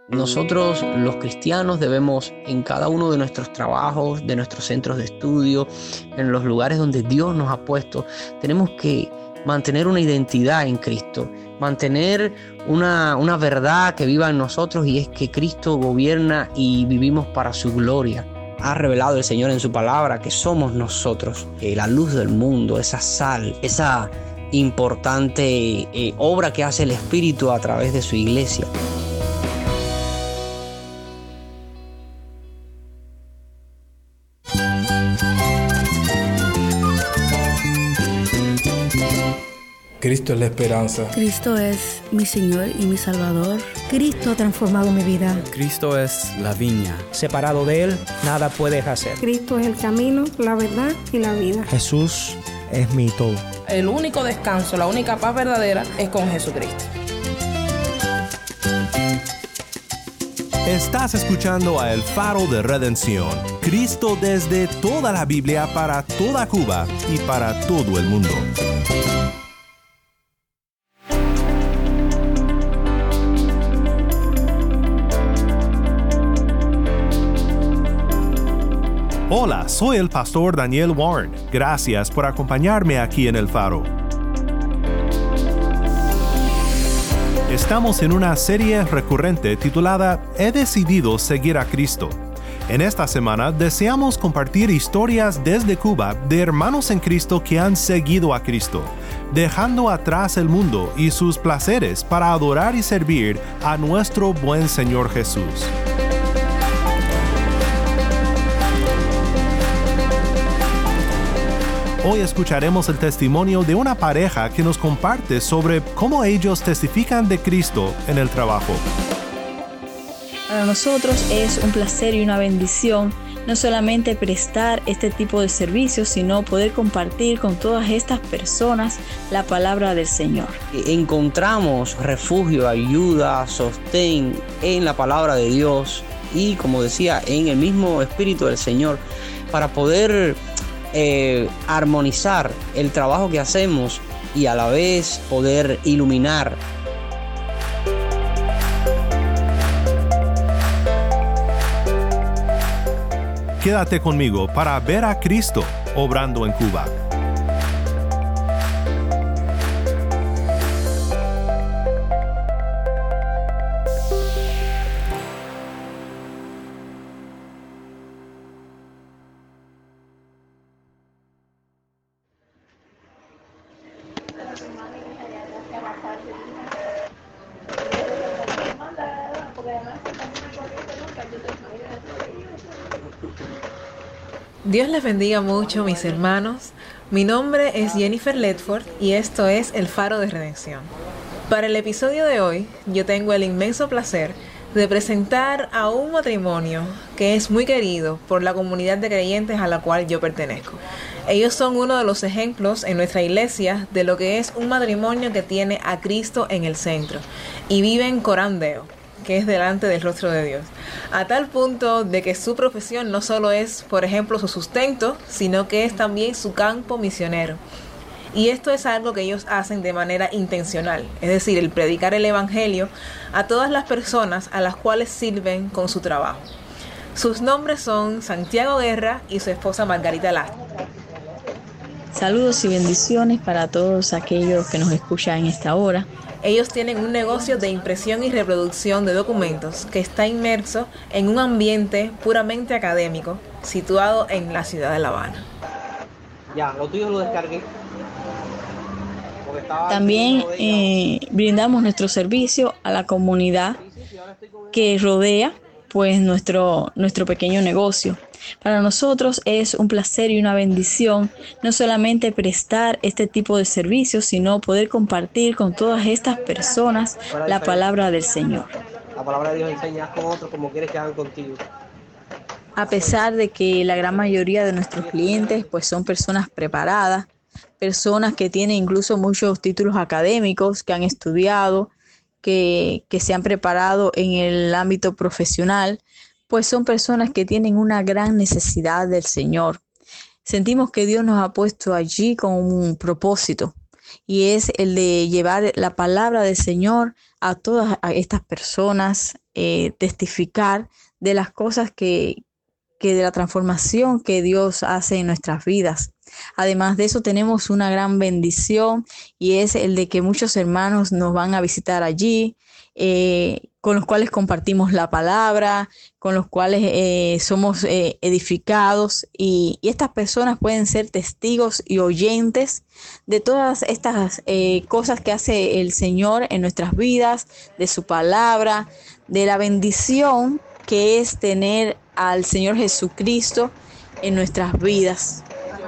Nosotros, los cristianos, debemos en cada uno de nuestros trabajos, de nuestros centros de estudio, en los lugares donde Dios nos ha puesto, tenemos que mantener una identidad en Cristo, mantener una verdad que viva en nosotros, y es que Cristo gobierna y vivimos para su gloria. Ha revelado el Señor en su palabra que somos nosotros, la luz del mundo, esa sal, esa importante obra que hace el Espíritu a través de su iglesia. Cristo es la esperanza. Cristo es mi Señor y mi Salvador. Cristo ha transformado mi vida. Cristo es la viña. Separado de Él, nada puedes hacer. Cristo es el camino, la verdad y la vida. Jesús es mi todo. El único descanso, la única paz verdadera es con Jesucristo. Estás escuchando a El Faro de Redención. Cristo desde toda la Biblia para toda Cuba y para todo el mundo. Hola, soy el pastor Daniel Warren. Gracias por acompañarme aquí en El Faro. Estamos en una serie recurrente titulada He decidido seguir a Cristo. En esta semana deseamos compartir historias desde Cuba de hermanos en Cristo que han seguido a Cristo, dejando atrás el mundo y sus placeres para adorar y servir a nuestro buen Señor Jesús. Hoy escucharemos el testimonio de una pareja que nos comparte sobre cómo ellos testifican de Cristo en el trabajo. Para nosotros es un placer y una bendición no solamente prestar este tipo de servicios, sino poder compartir con todas estas personas la palabra del Señor. Encontramos refugio, ayuda, sostén en la palabra de Dios y, como decía, en el mismo Espíritu del Señor para poder armonizar el trabajo que hacemos y a la vez poder iluminar. Quédate conmigo para ver a Cristo obrando en Cuba. Dios les bendiga mucho, mis hermanos. Mi nombre es Jennifer Ledford y esto es El Faro de Redención. Para el episodio de hoy, yo tengo el inmenso placer de presentar a un matrimonio que es muy querido por la comunidad de creyentes a la cual yo pertenezco. Ellos son uno de los ejemplos en nuestra iglesia de lo que es un matrimonio que tiene a Cristo en el centro y viven coram Deo, que es delante del rostro de Dios, a tal punto de que su profesión no solo es, por ejemplo, su sustento, sino que es también su campo misionero. Y esto es algo que ellos hacen de manera intencional, es decir, el predicar el evangelio a todas las personas a las cuales sirven con su trabajo. Sus nombres son Santiago Guerra y su esposa Margarita Lastra. Saludos y bendiciones para todos aquellos que nos escuchan en esta hora. Ellos tienen un negocio de impresión y reproducción de documentos que está inmerso en un ambiente puramente académico, situado en la ciudad de La Habana. Ya, lo tuyo lo descargué. También brindamos nuestro servicio a la comunidad que rodea pues nuestro pequeño negocio. Para nosotros es un placer y una bendición no solamente prestar este tipo de servicios, sino poder compartir con todas estas personas la palabra del Señor. La palabra de Dios enseña con otros como quieres que hagan contigo. A pesar de que la gran mayoría de nuestros clientes pues son personas preparadas, personas que tienen incluso muchos títulos académicos, que han estudiado, que se han preparado en el ámbito profesional, pues son personas que tienen una gran necesidad del Señor. Sentimos que Dios nos ha puesto allí con un propósito, y es el de llevar la palabra del Señor a todas estas personas testificar de las cosas que de la transformación que Dios hace en nuestras vidas. Además de eso, tenemos una gran bendición y es el de que muchos hermanos nos van a visitar allí, con los cuales compartimos la palabra, con los cuales somos edificados y estas personas pueden ser testigos y oyentes de todas estas cosas que hace el Señor en nuestras vidas, de su palabra, de la bendición que es tener al Señor Jesucristo en nuestras vidas.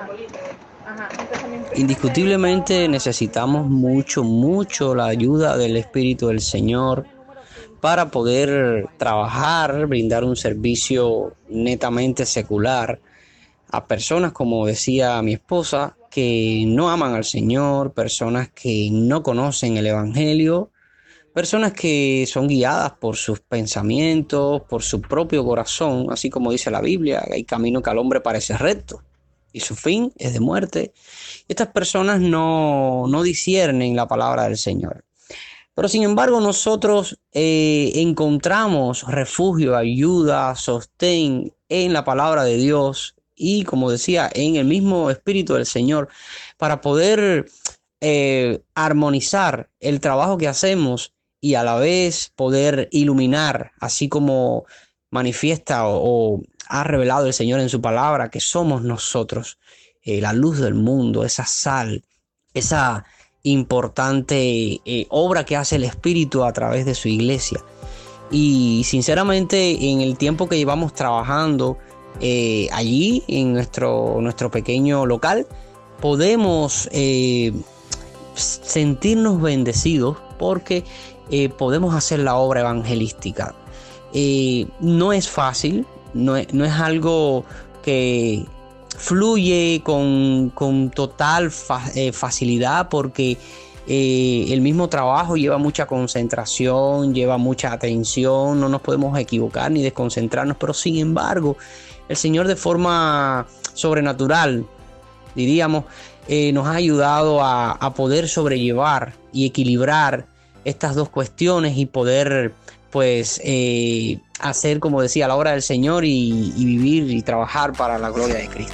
Indiscutiblemente necesitamos mucho la ayuda del Espíritu del Señor para poder trabajar, brindar un servicio netamente secular a personas, como decía mi esposa, que no aman al Señor, personas que no conocen el Evangelio, personas que son guiadas por sus pensamientos, por su propio corazón, así como dice la Biblia, hay camino que al hombre parece recto y su fin es de muerte. Estas personas no disciernen la palabra del Señor. Pero sin embargo nosotros encontramos refugio, ayuda, sostén en la palabra de Dios y, como decía, en el mismo Espíritu del Señor para poder armonizar el trabajo que hacemos y a la vez poder iluminar, así como manifiesta o ha revelado el Señor en su palabra, que somos nosotros la luz del mundo, esa sal, esa importante obra que hace el Espíritu a través de su iglesia. Y sinceramente, en el tiempo que llevamos trabajando allí en nuestro pequeño local, podemos sentirnos bendecidos porque podemos hacer la obra evangelística. No es fácil, no es algo que fluye con total facilidad, porque el mismo trabajo lleva mucha concentración, lleva mucha atención, no nos podemos equivocar ni desconcentrarnos, pero sin embargo el Señor, de forma sobrenatural, diríamos, nos ha ayudado a poder sobrellevar y equilibrar estas dos cuestiones y poder pues hacer, como decía, la obra del Señor y vivir y trabajar para la gloria de Cristo.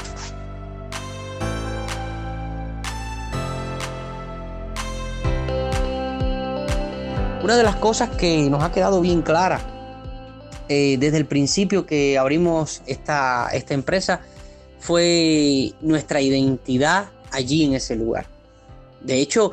Una de las cosas que nos ha quedado bien clara desde el principio que abrimos esta empresa fue nuestra identidad allí en ese lugar. De hecho,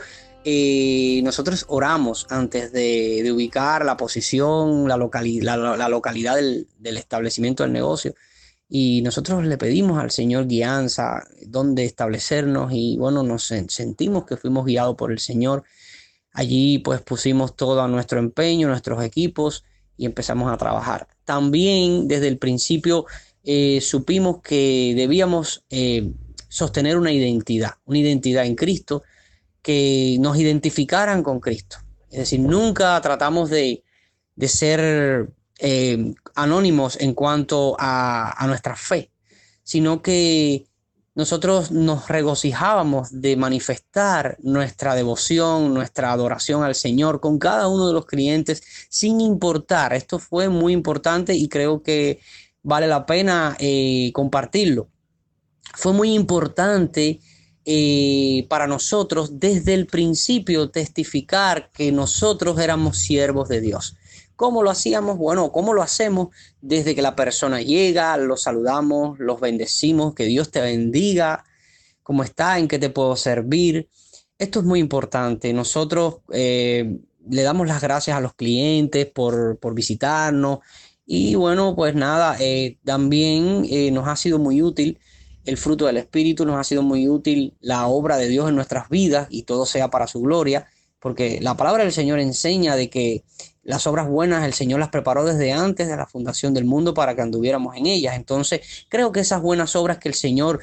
nosotros oramos antes de ubicar la posición, la localidad del establecimiento del negocio, y nosotros le pedimos al Señor guianza, dónde establecernos, y bueno, nos sentimos que fuimos guiados por el Señor. Allí pues pusimos todo nuestro empeño, nuestros equipos, y empezamos a trabajar. También desde el principio supimos que debíamos sostener una identidad en Cristo, que nos identificaran con Cristo. Es decir, nunca tratamos de ser anónimos en cuanto a nuestra fe, sino que nosotros nos regocijábamos de manifestar nuestra devoción, nuestra adoración al Señor con cada uno de los clientes, sin importar. Esto fue muy importante y creo que vale la pena compartirlo. Fue muy importante para nosotros desde el principio testificar que nosotros éramos siervos de Dios. ¿Cómo lo hacíamos? Bueno, ¿cómo lo hacemos? Desde que la persona llega, los saludamos, los bendecimos, que Dios te bendiga, ¿cómo está? ¿En qué te puedo servir? Esto es muy importante. Nosotros le damos las gracias a los clientes por visitarnos y bueno, pues nada, también nos ha sido muy útil el fruto del Espíritu, nos ha sido muy útil la obra de Dios en nuestras vidas y todo sea para su gloria, porque la palabra del Señor enseña de que las obras buenas el Señor las preparó desde antes de la fundación del mundo para que anduviéramos en ellas. Entonces creo que esas buenas obras que el Señor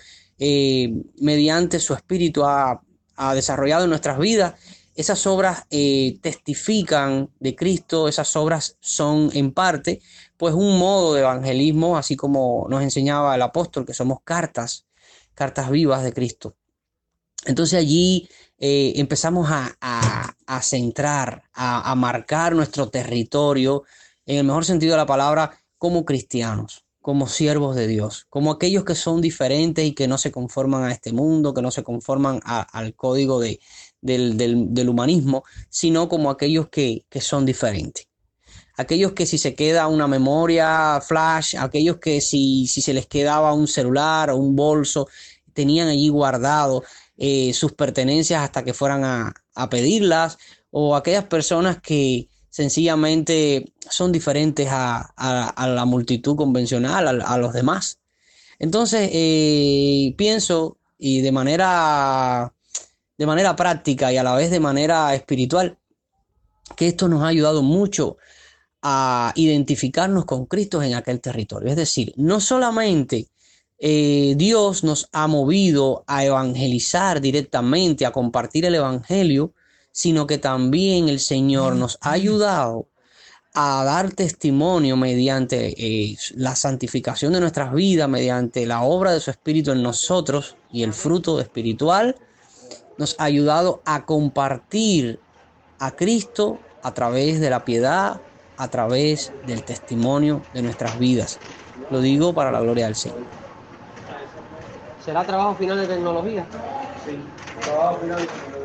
mediante su Espíritu ha desarrollado en nuestras vidas, esas obras testifican de Cristo. Esas obras son en parte pues un modo de evangelismo, así como nos enseñaba el apóstol, que somos cartas vivas de Cristo. Entonces allí empezamos a centrar, a marcar nuestro territorio en el mejor sentido de la palabra, como cristianos, como siervos de Dios, como aquellos que son diferentes y que no se conforman a este mundo, que no se conforman al código del humanismo, sino como aquellos que son diferentes. Aquellos que si se queda una memoria flash, aquellos que si se les quedaba un celular o un bolso, tenían allí guardado sus pertenencias hasta que fueran a pedirlas, o aquellas personas que sencillamente son diferentes a la multitud convencional, a los demás. Entonces, pienso, y de manera práctica y a la vez de manera espiritual, que esto nos ha ayudado mucho a identificarnos con Cristo en aquel territorio. Es decir, no solamente Dios nos ha movido a evangelizar directamente, a compartir el evangelio, sino que también el Señor nos ha ayudado a dar testimonio mediante la santificación de nuestras vidas, mediante la obra de su Espíritu en nosotros y el fruto espiritual. Nos ha ayudado a compartir a Cristo a través de la piedad, a través del testimonio de nuestras vidas. Lo digo para la gloria del Señor. ¿Será trabajo final de tecnología? Sí, trabajo final de tecnología.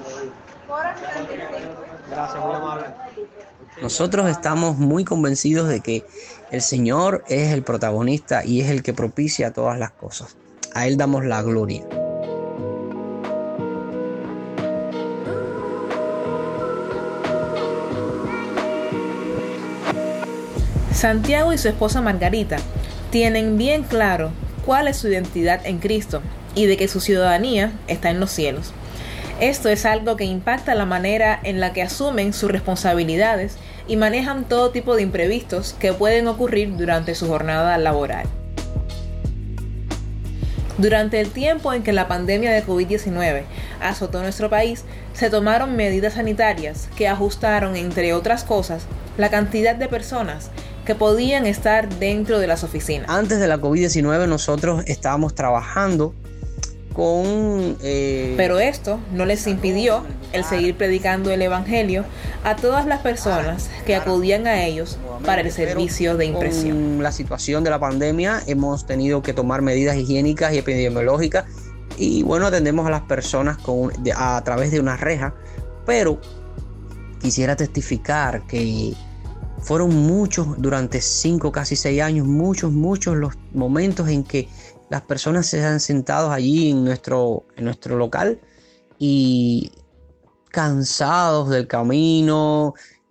Gracias, muy amable. Nosotros estamos muy convencidos de que el Señor es el protagonista y es el que propicia todas las cosas. A Él damos la gloria. Santiago y su esposa Margarita tienen bien claro cuál es su identidad en Cristo y de que su ciudadanía está en los cielos. Esto es algo que impacta la manera en la que asumen sus responsabilidades y manejan todo tipo de imprevistos que pueden ocurrir durante su jornada laboral. Durante el tiempo en que la pandemia de COVID-19 azotó nuestro país, se tomaron medidas sanitarias que ajustaron, entre otras cosas, la cantidad de personas que podían estar dentro de las oficinas. Antes de la COVID-19 nosotros estábamos trabajando con... Pero esto no les impidió el seguir predicando el evangelio a todas las personas que acudían a ellos para el servicio de impresión. Con la situación de la pandemia hemos tenido que tomar medidas higiénicas y epidemiológicas y bueno, atendemos a las personas a través de una reja, pero quisiera testificar que fueron muchos, durante 5, casi 6 años, muchos los momentos en que las personas se han sentado allí en nuestro local y cansados del camino,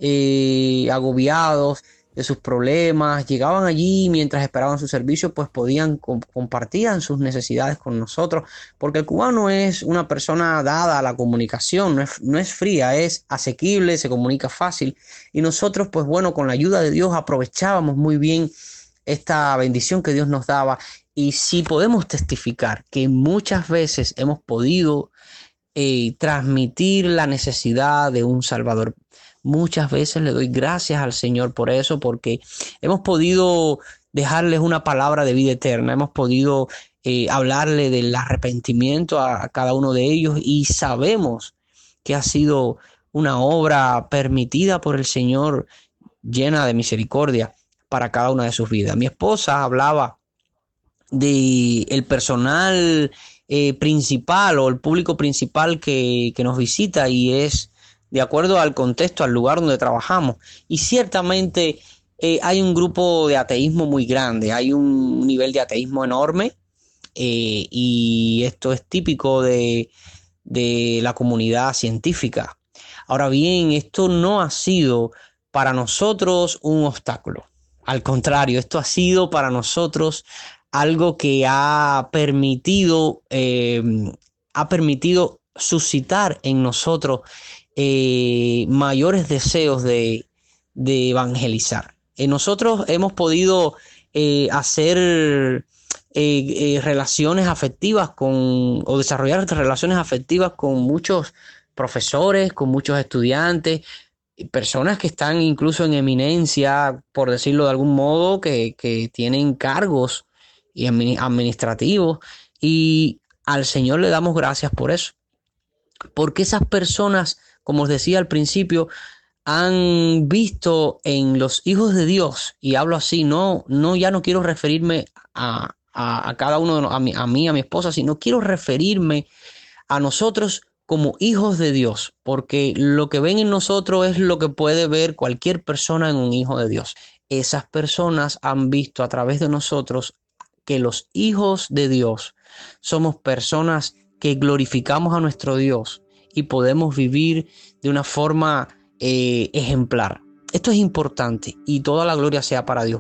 agobiados de sus problemas, llegaban allí mientras esperaban su servicio, pues compartían sus necesidades con nosotros, porque el cubano es una persona dada a la comunicación, no es fría, es asequible, se comunica fácil, y nosotros, pues bueno, con la ayuda de Dios aprovechábamos muy bien esta bendición que Dios nos daba. Y sí podemos testificar que muchas veces hemos podido transmitir la necesidad de un Salvador. Muchas veces le doy gracias al Señor por eso, porque hemos podido dejarles una palabra de vida eterna, hemos podido hablarle del arrepentimiento a cada uno de ellos y sabemos que ha sido una obra permitida por el Señor, llena de misericordia para cada una de sus vidas. Mi esposa hablaba del personal principal o el público principal que nos visita y es de acuerdo al contexto, al lugar donde trabajamos. Y ciertamente hay un grupo de ateísmo muy grande, hay un nivel de ateísmo enorme y esto es típico de la comunidad científica. Ahora bien, esto no ha sido para nosotros un obstáculo. Al contrario, esto ha sido para nosotros algo que ha permitido suscitar en nosotros mayores deseos de evangelizar. Nosotros hemos podido hacer relaciones afectivas o desarrollar relaciones afectivas con muchos profesores, con muchos estudiantes, personas que están incluso en eminencia, por decirlo de algún modo, que tienen cargos y administrativos, y al Señor le damos gracias por eso, porque esas personas, como os decía al principio, han visto en los hijos de Dios, y hablo así, ya no quiero referirme a cada uno, a mí, a mi esposa, sino quiero referirme a nosotros como hijos de Dios, porque lo que ven en nosotros es lo que puede ver cualquier persona en un hijo de Dios. Esas personas han visto a través de nosotros que los hijos de Dios somos personas que glorificamos a nuestro Dios y podemos vivir de una forma ejemplar. Esto es importante y toda la gloria sea para Dios.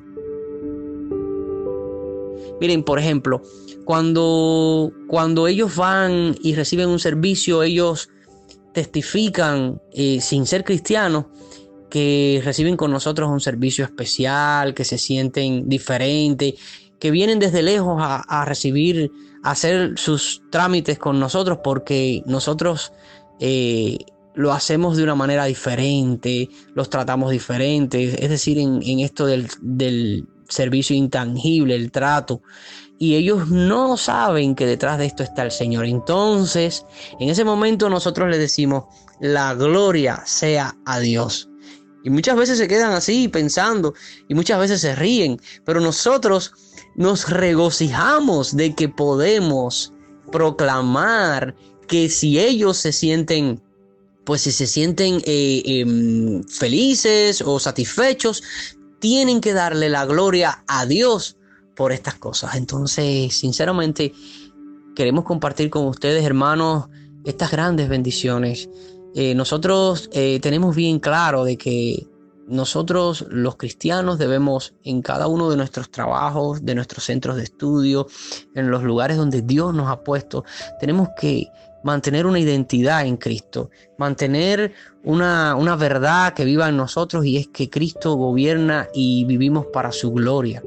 Miren, por ejemplo, cuando ellos van y reciben un servicio, ellos testifican sin ser cristianos que reciben con nosotros un servicio especial, que se sienten diferentes, que vienen desde lejos a hacer sus trámites con nosotros porque nosotros lo hacemos de una manera diferente, los tratamos diferente, es decir, en esto del servicio intangible, el trato, y ellos no saben que detrás de esto está el Señor. Entonces, en ese momento nosotros les decimos, la gloria sea a Dios. Y muchas veces se quedan así pensando y muchas veces se ríen, pero nosotros nos regocijamos de que podemos proclamar que si ellos se sienten, pues si se sienten felices o satisfechos, tienen que darle la gloria a Dios por estas cosas. Entonces, sinceramente, queremos compartir con ustedes, hermanos, estas grandes bendiciones. Nosotros tenemos bien claro de que nosotros los cristianos debemos en cada uno de nuestros trabajos, de nuestros centros de estudio, en los lugares donde Dios nos ha puesto, tenemos que mantener una identidad en Cristo, mantener una verdad que viva en nosotros, y es que Cristo gobierna y vivimos para su gloria.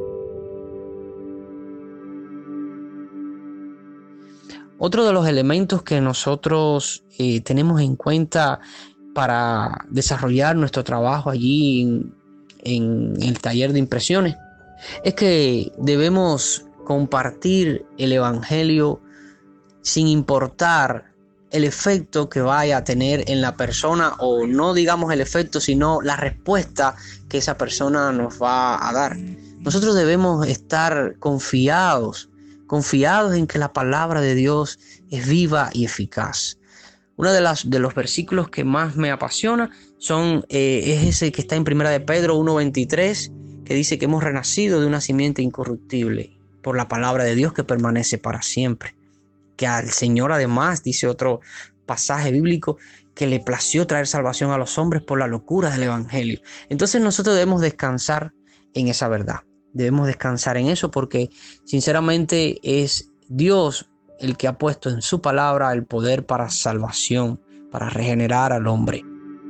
Otro de los elementos que nosotros tenemos en cuenta para desarrollar nuestro trabajo allí en el taller de impresiones es que debemos compartir el Evangelio sin importar el efecto que vaya a tener en la persona, o no digamos el efecto, sino la respuesta que esa persona nos va a dar. Nosotros debemos estar confiados en que la palabra de Dios es viva y eficaz. Uno de los versículos que más me apasiona es ese que está en 1 de Pedro 1:23, que dice que hemos renacido de una simiente incorruptible por la palabra de Dios que permanece para siempre. Que al Señor, además, dice otro pasaje bíblico, que le plació traer salvación a los hombres por la locura del Evangelio. Entonces nosotros debemos descansar en esa verdad. Debemos descansar en eso porque sinceramente es Dios el que ha puesto en su palabra el poder para salvación, para regenerar al hombre.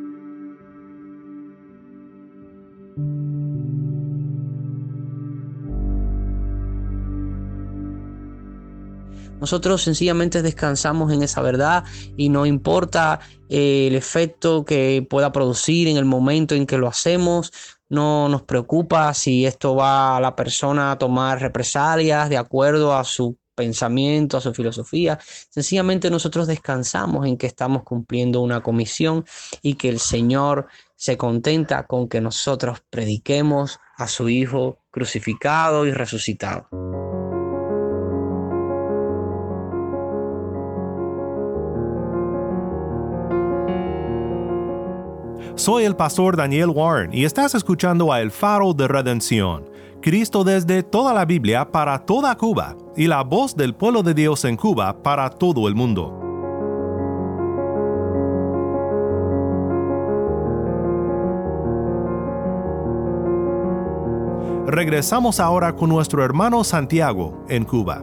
Nosotros sencillamente descansamos en esa verdad y no importa el efecto que pueda producir en el momento en que lo hacemos. No nos preocupa si esto va a la persona a tomar represalias de acuerdo a su pensamiento, a su filosofía. Sencillamente nosotros descansamos en que estamos cumpliendo una comisión y que el Señor se contenta con que nosotros prediquemos a su Hijo crucificado y resucitado. Soy el pastor Daniel Warren y estás escuchando a El Faro de Redención, Cristo desde toda la Biblia para toda Cuba y la voz del pueblo de Dios en Cuba para todo el mundo. Regresamos ahora con nuestro hermano Santiago en Cuba.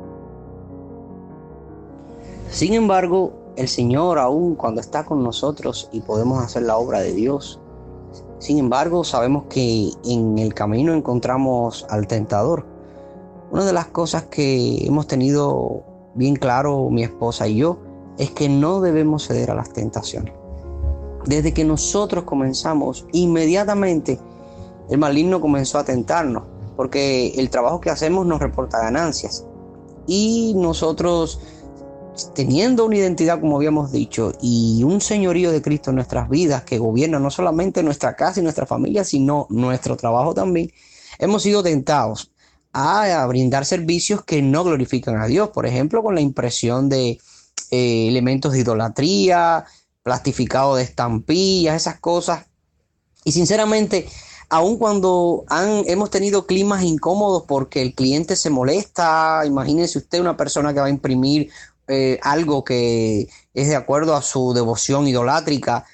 Sin embargo, el Señor, aún cuando está con nosotros y podemos hacer la obra de Dios, sin embargo, sabemos que en el camino encontramos al tentador. Una de las cosas que hemos tenido bien claro mi esposa y yo es que no debemos ceder a las tentaciones. Desde que nosotros comenzamos, inmediatamente el maligno comenzó a tentarnos, porque el trabajo que hacemos nos reporta ganancias. Y nosotros teniendo una identidad, como habíamos dicho, y un señorío de Cristo en nuestras vidas que gobierna no solamente nuestra casa y nuestra familia, sino nuestro trabajo también, hemos sido tentados a brindar servicios que no glorifican a Dios. Por ejemplo, con la impresión de elementos de idolatría, plastificado de estampillas, esas cosas. Y sinceramente, aun cuando hemos tenido climas incómodos porque el cliente se molesta, imagínense usted una persona que va a imprimir algo que es de acuerdo a su devoción idolátrica,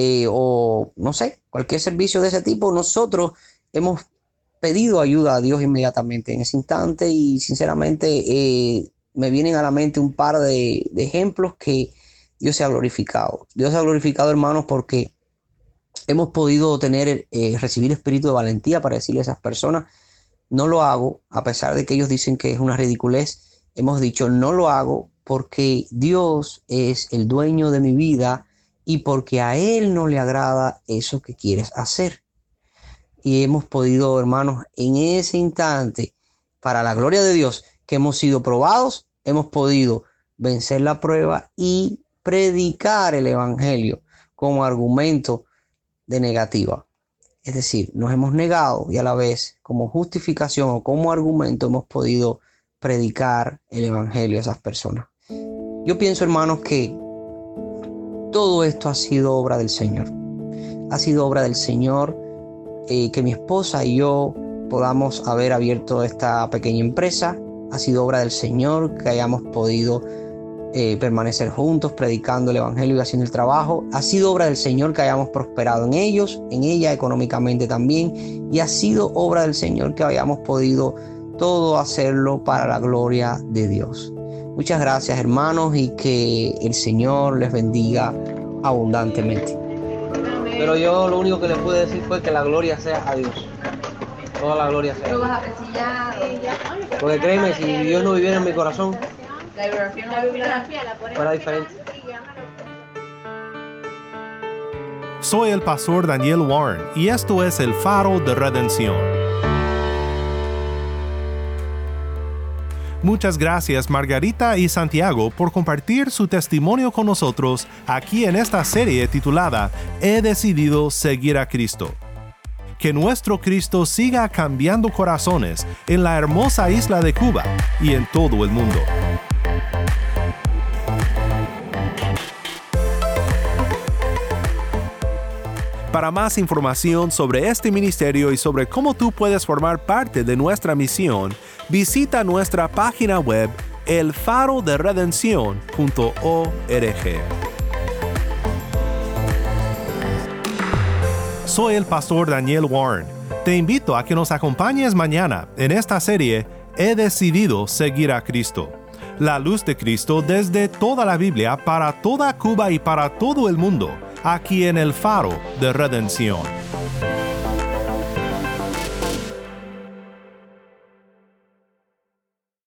o no sé, cualquier servicio de ese tipo, nosotros hemos pedido ayuda a Dios inmediatamente en ese instante, y sinceramente me vienen a la mente un par de ejemplos que Dios se ha glorificado. Dios se ha glorificado, hermanos, porque hemos podido recibir espíritu de valentía para decirle a esas personas: no lo hago, a pesar de que ellos dicen que es una ridiculez. Hemos dicho: no lo hago porque Dios es el dueño de mi vida y porque a Él no le agrada eso que quieres hacer. Y hemos podido, hermanos, en ese instante, para la gloria de Dios, que hemos sido probados, hemos podido vencer la prueba y predicar el evangelio como argumento de negativa. Es decir, nos hemos negado y a la vez, como justificación o como argumento, hemos podido predicar el evangelio a esas personas. Yo pienso, hermanos, que todo esto ha sido obra del Señor. Ha sido obra del Señor que mi esposa y yo podamos haber abierto esta pequeña empresa. Ha sido obra del Señor que hayamos podido permanecer juntos predicando el evangelio y haciendo el trabajo. Ha sido obra del Señor que hayamos prosperado en ella económicamente también, y ha sido obra del Señor que hayamos podido todo hacerlo para la gloria de Dios. Muchas gracias, hermanos, y que el Señor les bendiga abundantemente. Pero yo lo único que les pude decir fue que la gloria sea a Dios. Toda la gloria sea a Dios. Porque créeme, si Dios no viviera en mi corazón, fuera diferente. Soy el pastor Daniel Warren y esto es el Faro de Redención. Muchas gracias, Margarita y Santiago, por compartir su testimonio con nosotros aquí en esta serie titulada He decidido seguir a Cristo. Que nuestro Cristo siga cambiando corazones en la hermosa isla de Cuba y en todo el mundo. Para más información sobre este ministerio y sobre cómo tú puedes formar parte de nuestra misión, visita nuestra página web elfaroderedencion.org. Soy el pastor Daniel Warren. Te invito a que nos acompañes mañana en esta serie He decidido seguir a Cristo. La luz de Cristo desde toda la Biblia para toda Cuba y para todo el mundo, aquí en el Faro de Redención.